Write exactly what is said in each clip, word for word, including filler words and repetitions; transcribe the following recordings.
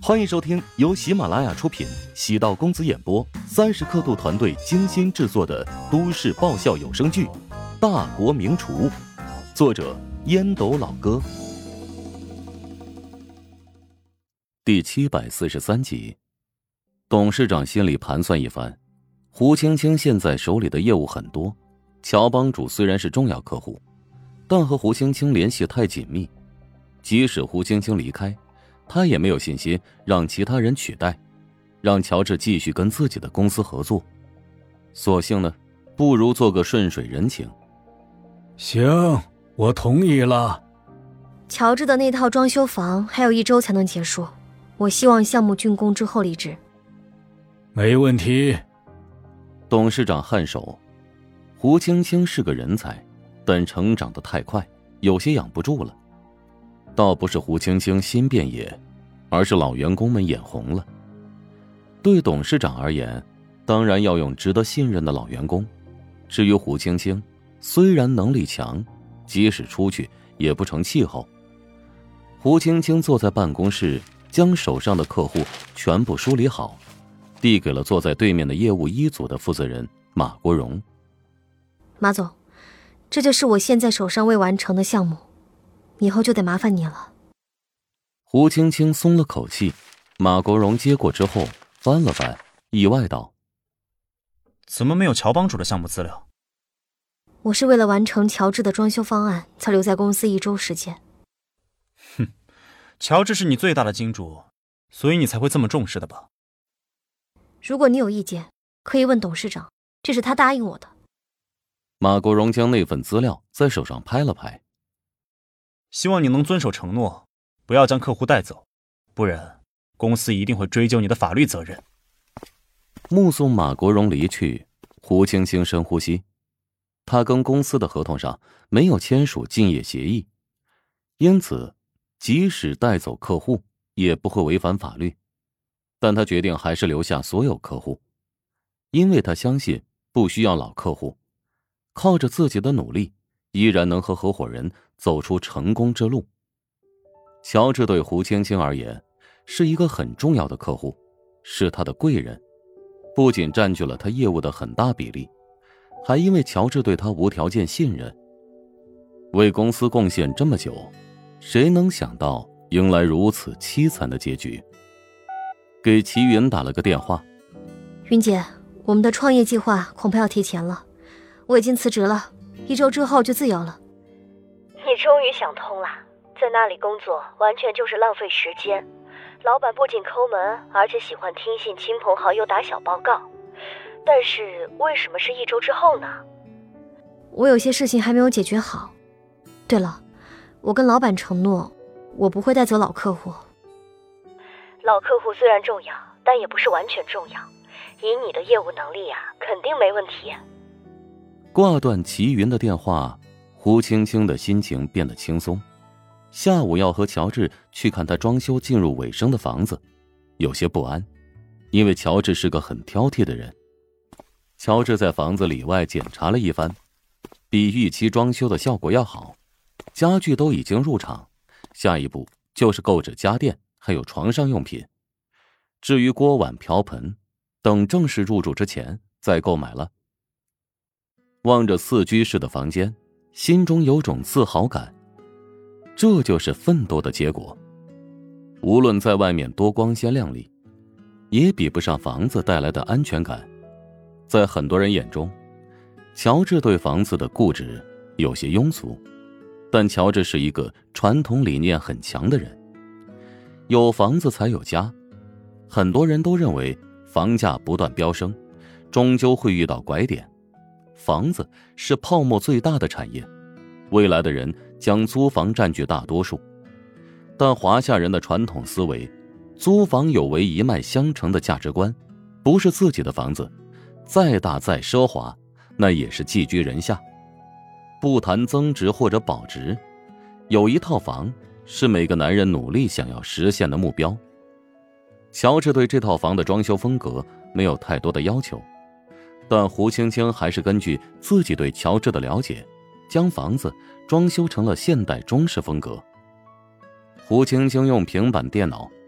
欢迎收听由喜马拉雅出品，喜道公子演播，三十刻度团队精心制作的都市爆笑有声剧《大国名厨》，作者烟斗老哥。第七百四十三集。董事长心里盘算一番，胡青青现在手里的业务很多，乔帮主虽然是重要客户，但和胡青青联系太紧密，即使胡青青离开，他也没有信心让其他人取代，让乔治继续跟自己的公司合作。索性呢，不如做个顺水人情。 行，我同意了。 乔治的那套装修房还有一周才能结束，我希望项目竣工之后离职。 没问题。 董事长颔首。胡青青是个人才，但成长得太快，有些养不住了。倒不是胡青青心变野，而是老员工们眼红了。对董事长而言，当然要用值得信任的老员工。至于胡青青，虽然能力强，即使出去也不成气候。胡青青坐在办公室，将手上的客户全部梳理好，递给了坐在对面的业务一组的负责人马国荣。 马总，这就是我现在手上未完成的项目，以后就得麻烦你了。 胡青青松了口气，马国荣接过之后翻了翻，意外道： 怎么没有乔帮主的项目资料？ 我是为了完成乔治的装修方案，才留在公司一周时间。 哼，乔治是你最大的金主，所以你才会这么重视的吧？ 如果你有意见，可以问董事长，这是他答应我的。 马国荣将那份资料在手上拍了拍。 希望你能遵守承诺，不要将客户带走，不然公司一定会追究你的法律责任。 目送马国荣离去，胡青青深呼吸。他跟公司的合同上没有签署竞业协议，因此即使带走客户也不会违反法律。但他决定还是留下所有客户，因为他相信不需要老客户，靠着自己的努力依然能和合伙人走出成功之路。乔治对胡青青而言是一个很重要的客户，是他的贵人，不仅占据了他业务的很大比例，还因为乔治对他无条件信任。为公司贡献这么久，谁能想到迎来如此凄惨的结局。给齐云打了个电话。 云姐，我们的创业计划恐怕要提前了，我已经辞职了，一周之后就自由了。 你终于想通了，在那里工作完全就是浪费时间，老板不仅抠门，而且喜欢听信亲朋好友打小报告。但是为什么是一周之后呢？ 我有些事情还没有解决好。对了，我跟老板承诺，我不会带走老客户。 老客户虽然重要，但也不是完全重要，以你的业务能力啊，肯定没问题。 挂断齐云的电话，胡青青的心情变得轻松。下午要和乔治去看他装修进入尾声的房子，有些不安，因为乔治是个很挑剔的人。乔治在房子里外检查了一番，比预期装修的效果要好，家具都已经入场，下一步就是购置家电还有床上用品。至于锅碗瓢盆，等正式入住之前再购买了。望着四居室的房间，心中有种自豪感，这就是奋斗的结果。无论在外面多光鲜亮丽，也比不上房子带来的安全感。在很多人眼中，乔治对房子的固执有些庸俗，但乔治是一个传统理念很强的人。有房子才有家，很多人都认为房价不断飙升，终究会遇到拐点。房子是泡沫最大的产业，未来的人将租房占据大多数。但华夏人的传统思维，租房有违一脉相承的价值观，不是自己的房子，再大再奢华，那也是寄居人下。不谈增值或者保值，有一套房是每个男人努力想要实现的目标。乔治对这套房的装修风格没有太多的要求，但胡青青还是根据自己对乔治的了解，将房子装修成了现代中式风格。胡青青用平板电脑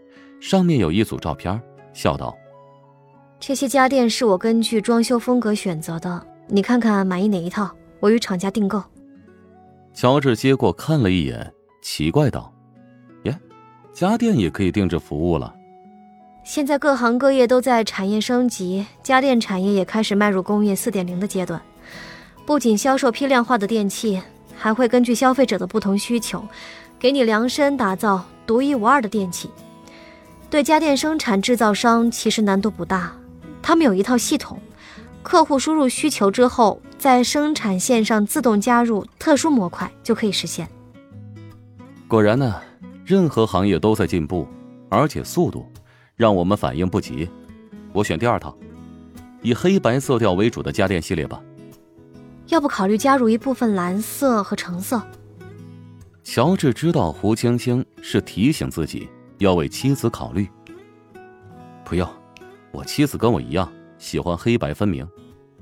上面有一组照片，笑道： 这些家电是我根据装修风格选择的，你看看满意哪一套，我与厂家订购。 乔治接过看了一眼，奇怪道：耶，家电也可以定制服务了。 现在各行各业都在产业升级，家电产业也开始迈入工业 四点零 的阶段，不仅销售批量化的电器，还会根据消费者的不同需求，给你量身打造独一无二的电器。对家电生产制造商其实难度不大，他们有一套系统，客户输入需求之后，在生产线上自动加入特殊模块就可以实现。 果然呢，任何行业都在进步，而且速度让我们反应不及。我选第二套，以黑白色调为主的家电系列吧。 要不考虑加入一部分蓝色和橙色？ 乔治知道胡青青是提醒自己要为妻子考虑。不用，我妻子跟我一样喜欢黑白分明。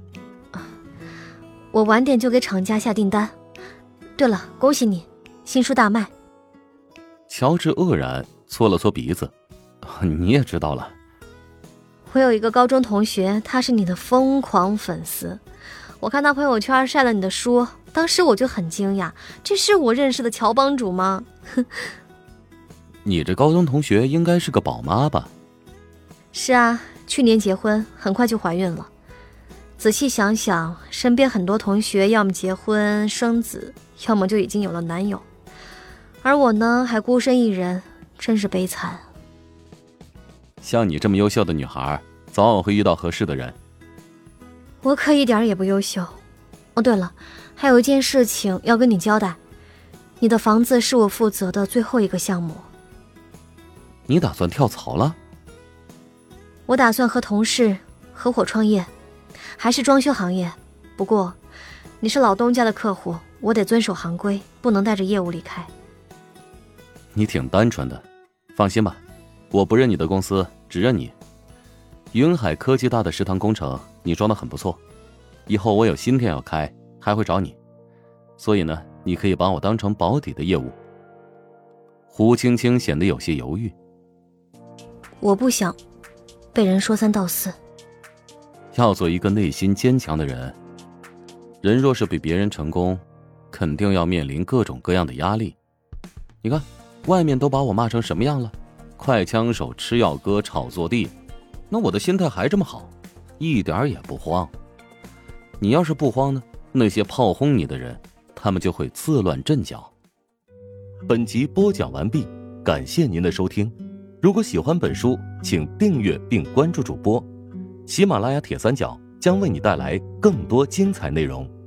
我晚点就给厂家下订单。对了，恭喜你，新书大卖。 乔治愕然搓了搓鼻子，你也知道了。 我有一个高中同学，他是你的疯狂粉丝，我看他朋友圈晒了你的书，当时我就很惊讶，这是我认识的乔帮主吗？ 你这高中同学应该是个宝妈吧？ 是啊，去年结婚，很快就怀孕了。仔细想想，身边很多同学要么结婚生子，要么就已经有了男友，而我呢，还孤身一人，真是悲惨。 像你这么优秀的女孩，早晚会遇到合适的人。 我可一点也不优秀。哦，对了，还有一件事情要跟你交代，你的房子是我负责的最后一个项目。 你打算跳槽了？ 我打算和同事合伙创业，还是装修行业。不过，你是老东家的客户，我得遵守行规，不能带着业务离开。 你挺单纯的，放心吧，我不认你的公司，只认你。云海科技大的食堂工程，你装得很不错，以后我有新店要开，还会找你。所以呢，你可以把我当成保底的业务。胡青青显得有些犹豫。 我不想被人说三道四。 要做一个内心坚强的人，人若是比别人成功，肯定要面临各种各样的压力。你看，外面都把我骂成什么样了？快枪手、吃药哥、炒作地，那我的心态还这么好，一点也不慌。你要是不慌呢，那些炮轰你的人，他们就会自乱阵脚。本集播讲完毕，感谢您的收听。如果喜欢本书，请订阅并关注主播。喜马拉雅铁三角将为你带来更多精彩内容。